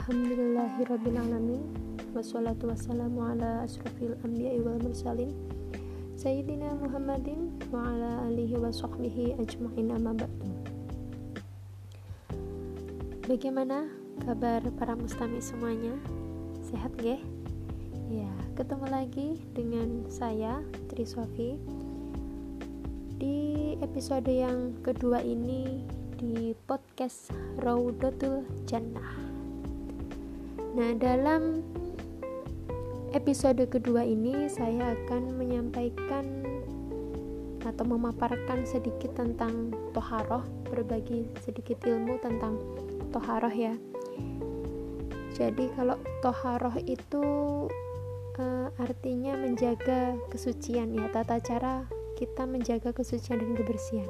Alhamdulillahirrabbilalamin. Wassalatu wassalamu ala asrafil anbiya'i wal mursalin Sayyidina Muhammadin wa ala alihi wa sahbihi ajma'in amma ba'du. Bagaimana kabar para mustami semuanya? Sehat nggih? Ya, ketemu lagi dengan saya Tri Sofi di episode yang kedua ini di podcast Raudatul Jannah. Nah, dalam episode kedua ini saya akan menyampaikan atau memaparkan sedikit tentang toharoh, berbagi sedikit ilmu tentang toharoh ya. Jadi kalau toharoh itu artinya menjaga kesucian ya, tata cara kita menjaga kesucian dan kebersihan.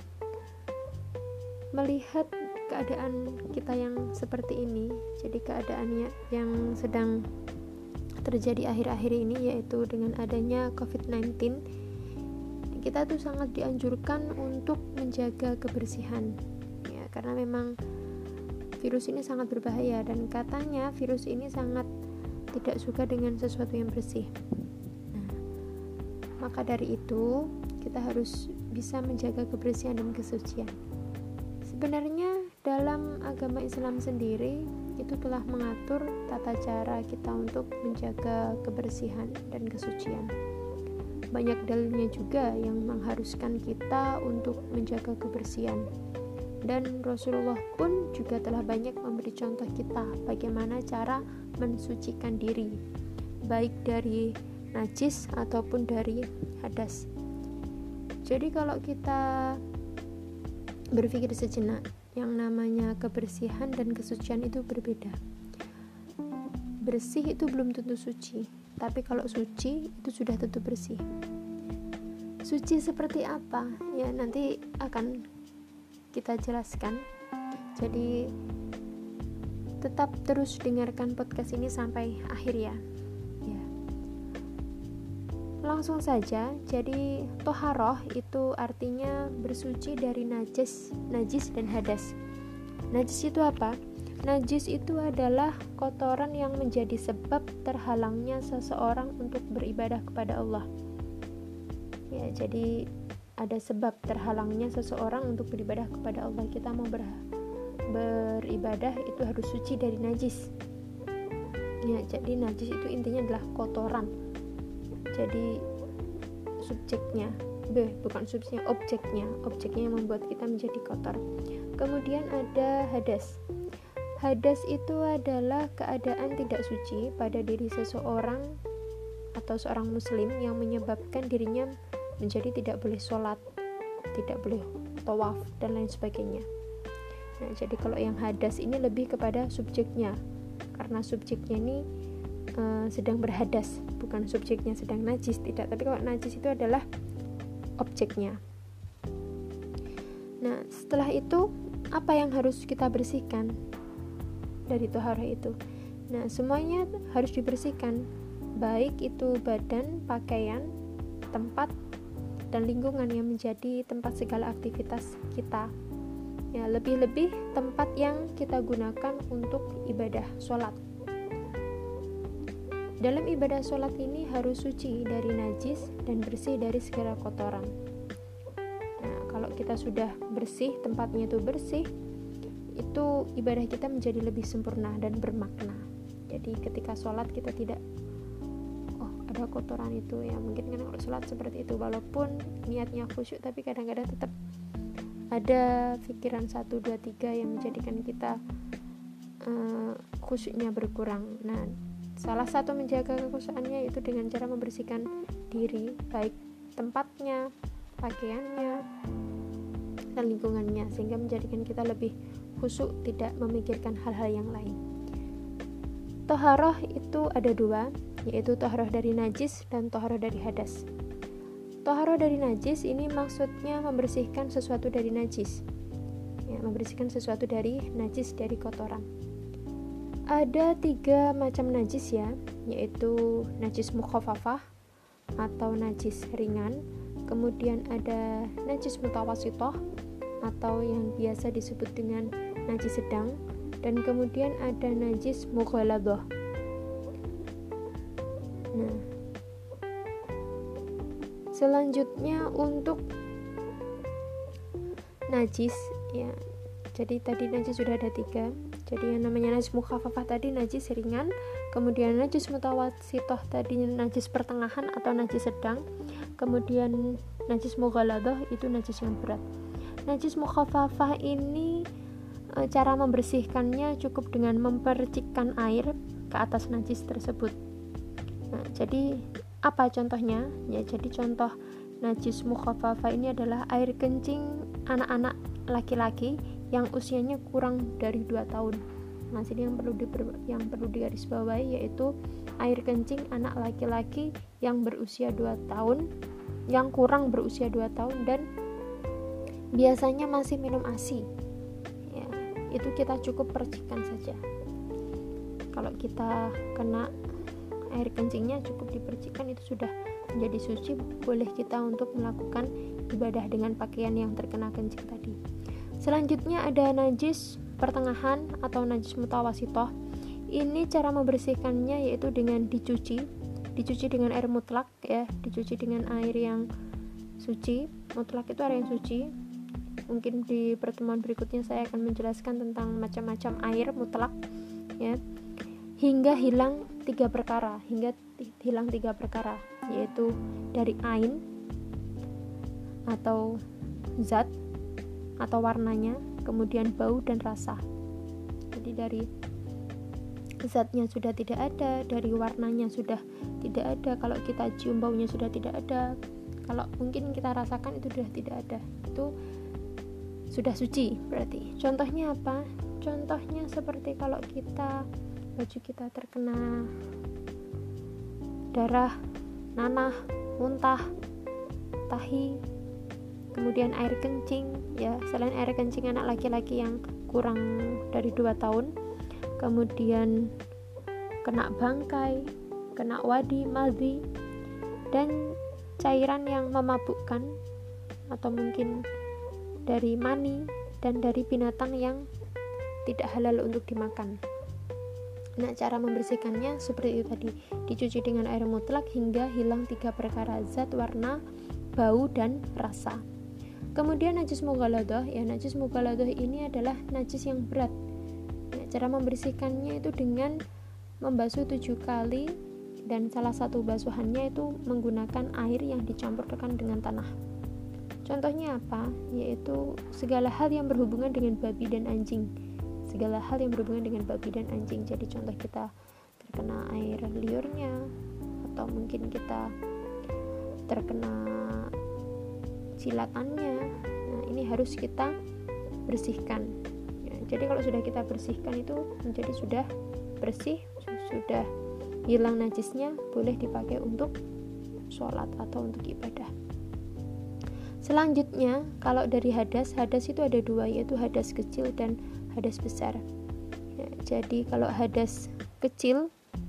Melihat keadaan kita yang seperti ini, jadi keadaannya yang sedang terjadi akhir-akhir ini, yaitu dengan adanya COVID-19, kita tuh sangat dianjurkan untuk menjaga kebersihan ya, karena memang virus ini sangat berbahaya dan katanya virus ini sangat tidak suka dengan sesuatu yang bersih. Nah, maka dari itu kita harus bisa menjaga kebersihan dan kesucian. Sebenarnya dalam agama Islam sendiri itu telah mengatur tata cara kita untuk menjaga kebersihan dan kesucian. Banyak dalilnya juga yang mengharuskan kita untuk menjaga kebersihan. Dan Rasulullah pun juga telah banyak memberi contoh kita bagaimana cara mensucikan diri, baik dari najis ataupun dari hadas. Jadi kalau kita berpikir sejenak, yang namanya kebersihan dan kesucian itu berbeda. Bersih itu belum tentu suci, tapi kalau suci itu sudah tentu bersih. Suci seperti apa? Ya, nanti akan kita jelaskan. Jadi tetap terus dengarkan podcast ini sampai akhir ya. Langsung saja, jadi toharoh itu artinya bersuci dari najis dan hadas. Najis itu apa? Najis itu adalah kotoran yang menjadi sebab terhalangnya seseorang untuk beribadah kepada Allah. Ya, jadi ada sebab terhalangnya seseorang untuk beribadah kepada Allah. Kita mau beribadah itu harus suci dari najis. Ya, jadi najis itu intinya adalah kotoran. Jadi objeknya yang membuat kita menjadi kotor. Kemudian ada hadas. Hadas itu adalah keadaan tidak suci pada diri seseorang atau seorang muslim yang menyebabkan dirinya menjadi tidak boleh sholat, tidak boleh tawaf dan lain sebagainya. Nah, jadi kalau yang hadas ini lebih kepada subjeknya, karena subjeknya ini sedang berhadas, bukan subjeknya sedang najis, tidak. Tapi kalau najis itu adalah objeknya. Nah, setelah itu apa yang harus kita bersihkan dari toharoh itu? Nah, semuanya harus dibersihkan, baik itu badan, pakaian, tempat, dan lingkungan yang menjadi tempat segala aktivitas kita. Ya, lebih-lebih tempat yang kita gunakan untuk ibadah sholat. Dalam ibadah sholat ini harus suci dari najis dan bersih dari segala kotoran. Nah, kalau kita sudah bersih, tempatnya itu bersih, itu ibadah kita menjadi lebih sempurna dan bermakna. Jadi ketika sholat kita tidak, ada kotoran itu ya, mungkin kan kalau sholat seperti itu, walaupun niatnya khusyuk, tapi kadang-kadang tetap ada pikiran 1, 2, 3 yang menjadikan kita khusyuknya berkurang. Nah, salah satu menjaga kekhusyukannya itu dengan cara membersihkan diri, baik tempatnya, pakaiannya, dan lingkungannya, sehingga menjadikan kita lebih khusyuk, tidak memikirkan hal-hal yang lain. Toharoh itu ada 2, yaitu toharoh dari najis dan toharoh dari hadas. Toharoh dari najis ini maksudnya membersihkan sesuatu dari najis, ya, membersihkan sesuatu dari najis, dari kotoran. Ada 3 macam najis ya, yaitu najis mukhafafah atau najis ringan, kemudian ada najis mutawasitoh atau yang biasa disebut dengan najis sedang, dan kemudian ada najis mughaladah. Nah, selanjutnya untuk najis ya. Jadi tadi najis sudah ada 3. Jadi yang namanya najis mukhafafah tadi najis ringan, kemudian najis mutawassithah tadi najis pertengahan atau najis sedang, kemudian najis mughaladah itu najis yang berat. Najis mukhafafah ini cara membersihkannya cukup dengan mempercikkan air ke atas najis tersebut. Nah, jadi apa contohnya? Ya, jadi contoh najis mukhafafah ini adalah air kencing anak-anak laki-laki yang usianya kurang dari 2 tahun. Nah, sini yang perlu digarisbawahi yaitu air kencing anak laki-laki yang berusia 2 tahun, yang kurang berusia 2 tahun dan biasanya masih minum ASI. Ya, itu kita cukup percikan saja. Kalau kita kena air kencingnya cukup dipercikkan, itu sudah menjadi suci, boleh kita untuk melakukan ibadah dengan pakaian yang terkena kencing tadi. Selanjutnya ada najis pertengahan atau najis mutawassithah. Ini cara membersihkannya yaitu dengan dicuci dengan air mutlak ya, dicuci dengan air yang suci. Mutlak itu air yang suci. Mungkin di pertemuan berikutnya saya akan menjelaskan tentang macam-macam air mutlak ya. Hingga hilang 3 perkara, yaitu dari ain atau zat atau warnanya, kemudian bau dan rasa. Jadi dari zatnya sudah tidak ada, dari warnanya sudah tidak ada, kalau kita cium baunya sudah tidak ada, kalau mungkin kita rasakan itu sudah tidak ada, itu sudah suci berarti. Contohnya apa? Contohnya seperti kalau baju kita terkena darah, nanah, muntah, tahi, kemudian air kencing ya, selain air kencing anak laki-laki yang kurang dari 2 tahun, kemudian kena bangkai, kena wadi, madhi, dan cairan yang memabukkan atau mungkin dari mani dan dari binatang yang tidak halal untuk dimakan. Nah, cara membersihkannya seperti itu tadi, dicuci dengan air mutlak hingga hilang 3 perkara, zat, warna, bau, dan rasa. Kemudian najis mughaladah, ya najis mughaladah ini adalah najis yang berat. Ya, cara membersihkannya itu dengan membasuh 7 kali dan salah satu basuhannya itu menggunakan air yang dicampurkan dengan tanah. Contohnya apa? Yaitu segala hal yang berhubungan dengan babi dan anjing. Jadi contoh kita terkena air liurnya, atau mungkin kita terkena jilatannya. Nah, ini harus kita bersihkan ya. Jadi kalau sudah kita bersihkan itu menjadi sudah bersih, sudah hilang najisnya, boleh dipakai untuk sholat atau untuk ibadah. Selanjutnya, kalau dari hadas itu ada 2, yaitu hadas kecil dan hadas besar ya. Jadi kalau hadas kecil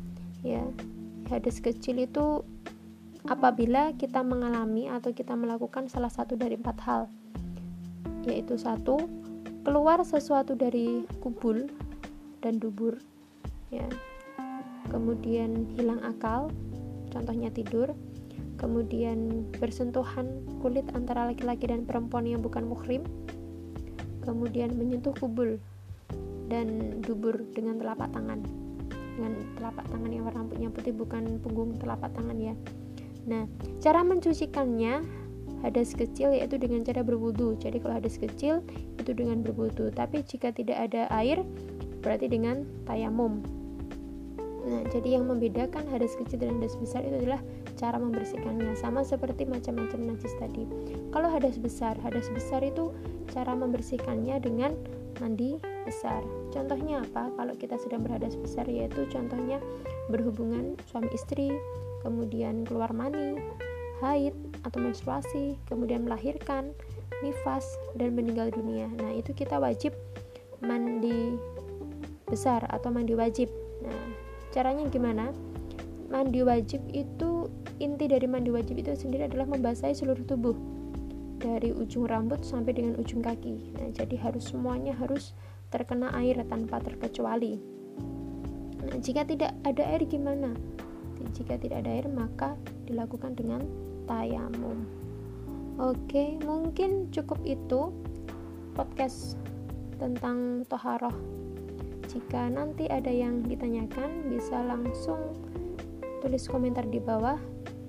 itu apabila kita mengalami atau kita melakukan salah satu dari 4 hal, yaitu 1, keluar sesuatu dari kubul dan dubur ya, kemudian hilang akal, contohnya tidur, kemudian bersentuhan kulit antara laki-laki dan perempuan yang bukan muhrim, kemudian menyentuh kubul dan dubur dengan telapak tangan yang warna putih, bukan punggung telapak tangan ya. Nah, cara mencucikannya hadas kecil yaitu dengan cara berwudu. Jadi kalau hadas kecil itu dengan berwudu, tapi jika tidak ada air berarti dengan tayamum. Nah, jadi yang membedakan hadas kecil dan hadas besar itu adalah cara membersihkannya, sama seperti macam-macam najis tadi. Kalau hadas besar itu cara membersihkannya dengan mandi besar. Contohnya apa? Kalau kita sedang berhadas besar, yaitu contohnya berhubungan suami istri, kemudian keluar mani, haid atau menstruasi, kemudian melahirkan, nifas, dan meninggal dunia. Nah, itu kita wajib mandi besar atau mandi wajib. Nah, caranya gimana? Mandi wajib itu, inti dari mandi wajib itu sendiri adalah membasahi seluruh tubuh dari ujung rambut sampai dengan ujung kaki. Nah, jadi semuanya harus terkena air tanpa terkecuali. Nah, jika tidak ada air gimana? Jika tidak ada air maka dilakukan dengan tayamum. Oke, mungkin cukup itu podcast tentang toharoh. Jika nanti ada yang ditanyakan bisa langsung tulis komentar di bawah,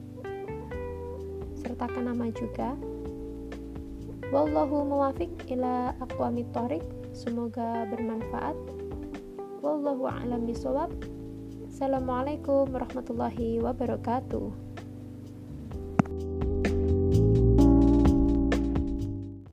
sertakan nama juga. Wallahu muwafiq ila aqwamit thoriq. Semoga bermanfaat. Wallahu a'lam bishawab. Assalamualaikum warahmatullahi wabarakatuh.